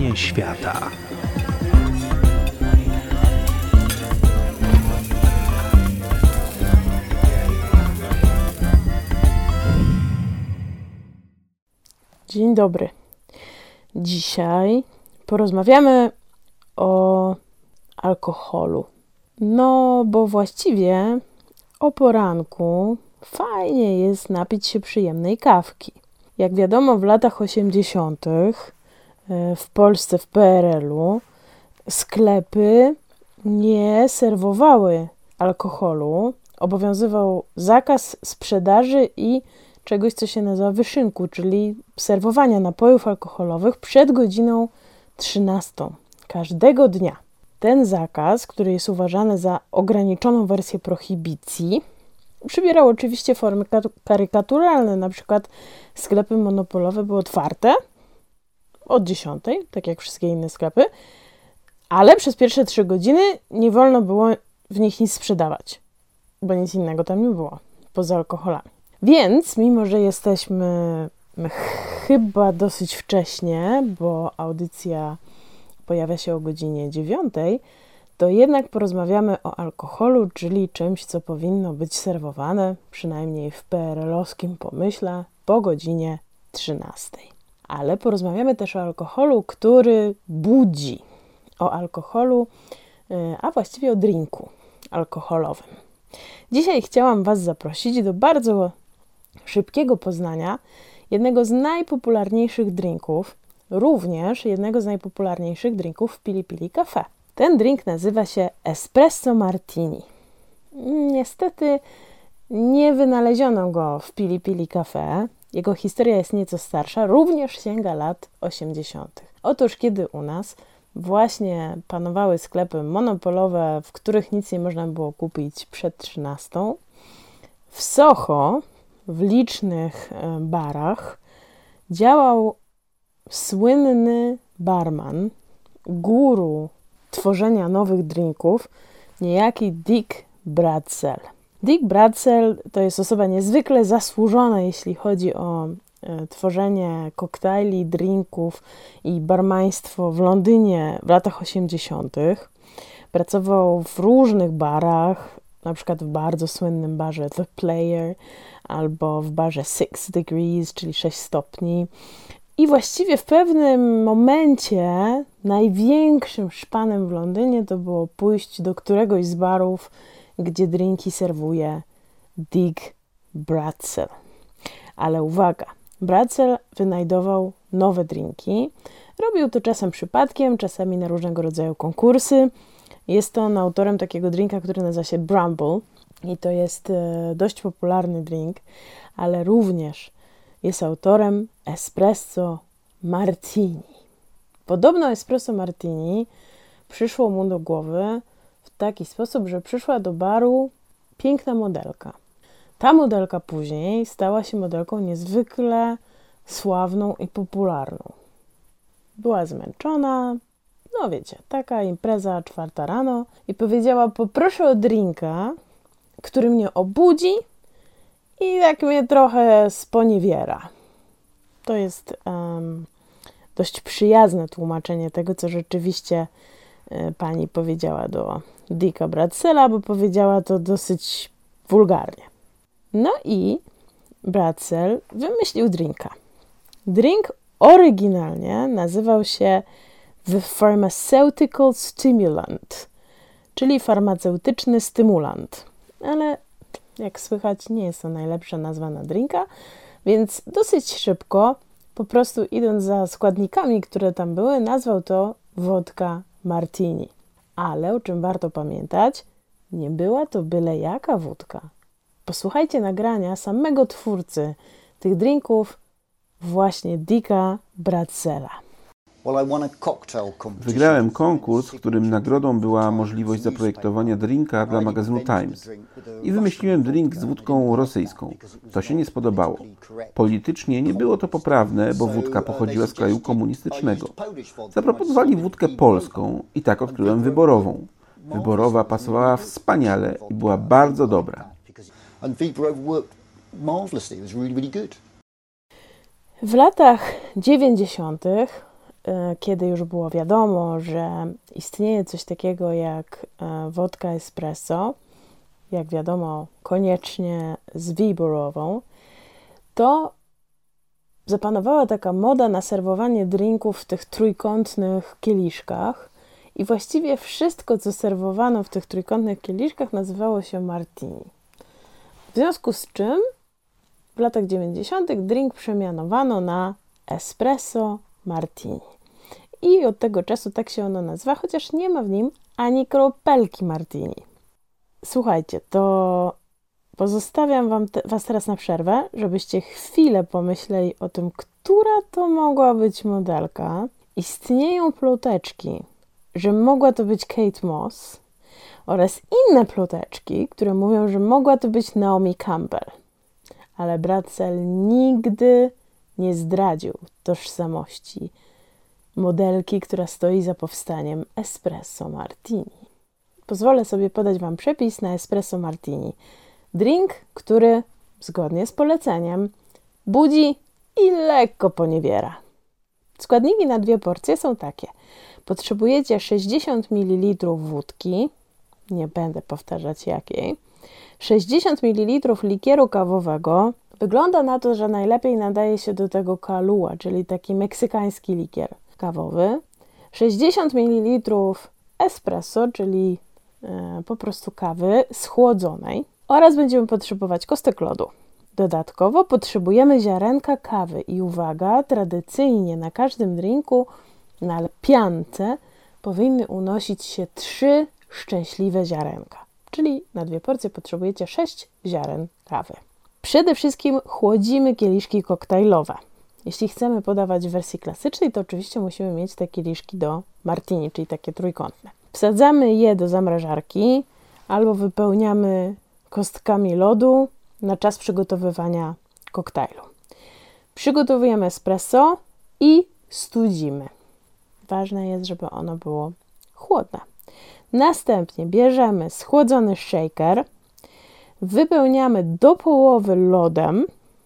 Poznanie świata. Dzień dobry. Dzisiaj porozmawiamy o alkoholu. No, bo właściwie o poranku fajnie jest napić się przyjemnej kawki. Jak wiadomo, w latach 80. w Polsce, w PRL-u, sklepy nie serwowały alkoholu. Obowiązywał zakaz sprzedaży i czegoś, co się nazywa wyszynku, czyli serwowania napojów alkoholowych przed godziną 13 każdego dnia. Ten zakaz, który jest uważany za ograniczoną wersję prohibicji, przybierał oczywiście formy karykaturalne. Na przykład sklepy monopolowe były otwarte od 10, tak jak wszystkie inne sklepy, ale przez pierwsze 3 godziny nie wolno było w nich nic sprzedawać, bo nic innego tam nie było poza alkoholami. Więc mimo, że jesteśmy chyba dosyć wcześnie, bo audycja pojawia się o godzinie 9, to jednak porozmawiamy o alkoholu, czyli czymś, co powinno być serwowane, przynajmniej w PRL-owskim pomyśle, po godzinie 13. Ale porozmawiamy też o alkoholu, który budzi. O alkoholu, a właściwie o drinku alkoholowym. Dzisiaj chciałam Was zaprosić do bardzo szybkiego poznania jednego z najpopularniejszych drinków, również jednego z najpopularniejszych drinków w Pili Pili Cafe. Ten drink nazywa się Espresso Martini. Niestety nie wynaleziono go w Pili Pili Cafe. Jego historia jest nieco starsza, również sięga lat 80. Otóż kiedy u nas właśnie panowały sklepy monopolowe, w których nic nie można było kupić przed 13, w Soho, w licznych barach, działał słynny barman, guru tworzenia nowych drinków, niejaki Dick Bradsell. Dick Bradsell to jest osoba niezwykle zasłużona, jeśli chodzi o tworzenie koktajli, drinków i barmaństwo w Londynie w latach 80. Pracował w różnych barach, na przykład w bardzo słynnym barze The Player albo w barze 6 Degrees, czyli 6 stopni. I właściwie w pewnym momencie największym szpanem w Londynie to było pójść do któregoś z barów, gdzie drinki serwuje Dick Bradsell. Ale uwaga, Bradsell wynajdował nowe drinki. Robił to czasem przypadkiem, czasami na różnego rodzaju konkursy. Jest on autorem takiego drinka, który nazywa się Bramble i to jest dość popularny drink, ale również jest autorem Espresso Martini. Podobno Espresso Martini przyszło mu do głowy w taki sposób, że przyszła do baru piękna modelka. Ta modelka później stała się modelką niezwykle sławną i popularną. Była zmęczona, no wiecie, taka impreza 4 rano i powiedziała: poproszę o drinka, który mnie obudzi i tak mnie trochę sponiewiera. To jest dość przyjazne tłumaczenie tego, co rzeczywiście pani powiedziała do Dicka Bradsella, bo powiedziała to dosyć wulgarnie. No i Bradsell wymyślił drinka. Drink oryginalnie nazywał się The Pharmaceutical Stimulant, czyli farmaceutyczny stymulant. Ale jak słychać, nie jest to najlepsza nazwa na drinka, więc dosyć szybko, po prostu idąc za składnikami, które tam były, nazwał to wódka martini. Ale o czym warto pamiętać, nie była to byle jaka wódka. Posłuchajcie nagrania samego twórcy tych drinków, właśnie Dicka Bradsella. Wygrałem konkurs, w którym nagrodą była możliwość zaprojektowania drinka dla magazynu Times. I wymyśliłem drink z wódką rosyjską. To się nie spodobało. Politycznie nie było to poprawne, bo wódka pochodziła z kraju komunistycznego. Zaproponowali wódkę polską i tak odkryłem wyborową. Wyborowa pasowała wspaniale i była bardzo dobra. W latach 90. kiedy już było wiadomo, że istnieje coś takiego jak wódka espresso, jak wiadomo, koniecznie z wyborową, to zapanowała taka moda na serwowanie drinków w tych trójkątnych kieliszkach i właściwie wszystko, co serwowano w tych trójkątnych kieliszkach, nazywało się martini. W związku z czym w latach 90. drink przemianowano na espresso martini. I od tego czasu tak się ono nazywa, chociaż nie ma w nim ani kropelki martini. Słuchajcie, to pozostawiam was teraz na przerwę, żebyście chwilę pomyśleli o tym, która to mogła być modelka. Istnieją ploteczki, że mogła to być Kate Moss oraz inne ploteczki, które mówią, że mogła to być Naomi Campbell. Ale Bradsell nigdy nie zdradził tożsamości modelki, która stoi za powstaniem espresso martini. Pozwolę sobie podać wam przepis na espresso martini. Drink, który zgodnie z poleceniem budzi i lekko poniewiera. Składniki na 2 porcje są takie. Potrzebujecie 60 ml wódki, nie będę powtarzać jakiej, 60 ml likieru kawowego. Wygląda na to, że najlepiej nadaje się do tego Kahlua, czyli taki meksykański likier kawowy, 60 ml espresso, czyli po prostu kawy schłodzonej oraz będziemy potrzebować kostek lodu. Dodatkowo potrzebujemy ziarenka kawy i uwaga, tradycyjnie na każdym drinku na piance powinny unosić się 3 szczęśliwe ziarenka, czyli na 2 porcje potrzebujecie 6 ziaren kawy. Przede wszystkim chłodzimy kieliszki koktajlowe. Jeśli chcemy podawać w wersji klasycznej, to oczywiście musimy mieć te kieliszki do martini, czyli takie trójkątne. Wsadzamy je do zamrażarki albo wypełniamy kostkami lodu na czas przygotowywania koktajlu. Przygotowujemy espresso i studzimy. Ważne jest, żeby ono było chłodne. Następnie bierzemy schłodzony shaker, wypełniamy do połowy lodem,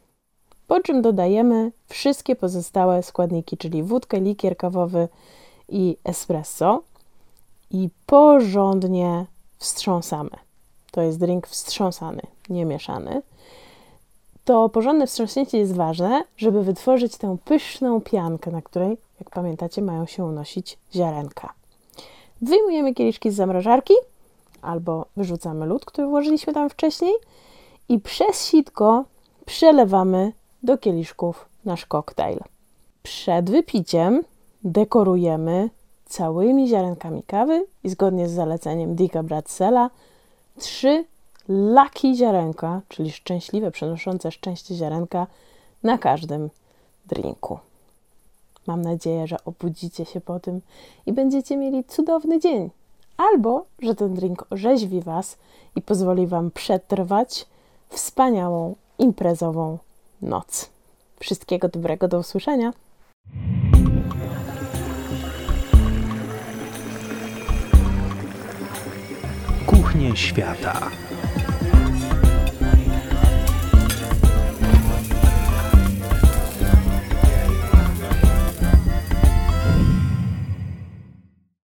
po czym dodajemy wszystkie pozostałe składniki, czyli wódkę, likier kawowy i espresso i porządnie wstrząsamy. To jest drink wstrząsany, nie mieszany. To porządne wstrząśnięcie jest ważne, żeby wytworzyć tę pyszną piankę, na której, jak pamiętacie, mają się unosić ziarenka. Wyjmujemy kieliszki z zamrażarki albo wyrzucamy lód, który włożyliśmy tam wcześniej i przez sitko przelewamy do kieliszków nasz koktajl. Przed wypiciem dekorujemy całymi ziarenkami kawy i zgodnie z zaleceniem Dicka Bradsella 3 lucky ziarenka, czyli szczęśliwe, przynoszące szczęście ziarenka na każdym drinku. Mam nadzieję, że obudzicie się po tym i będziecie mieli cudowny dzień. Albo, że ten drink orzeźwi was i pozwoli wam przetrwać wspaniałą, imprezową noc. Wszystkiego dobrego, do usłyszenia. Kuchnie świata.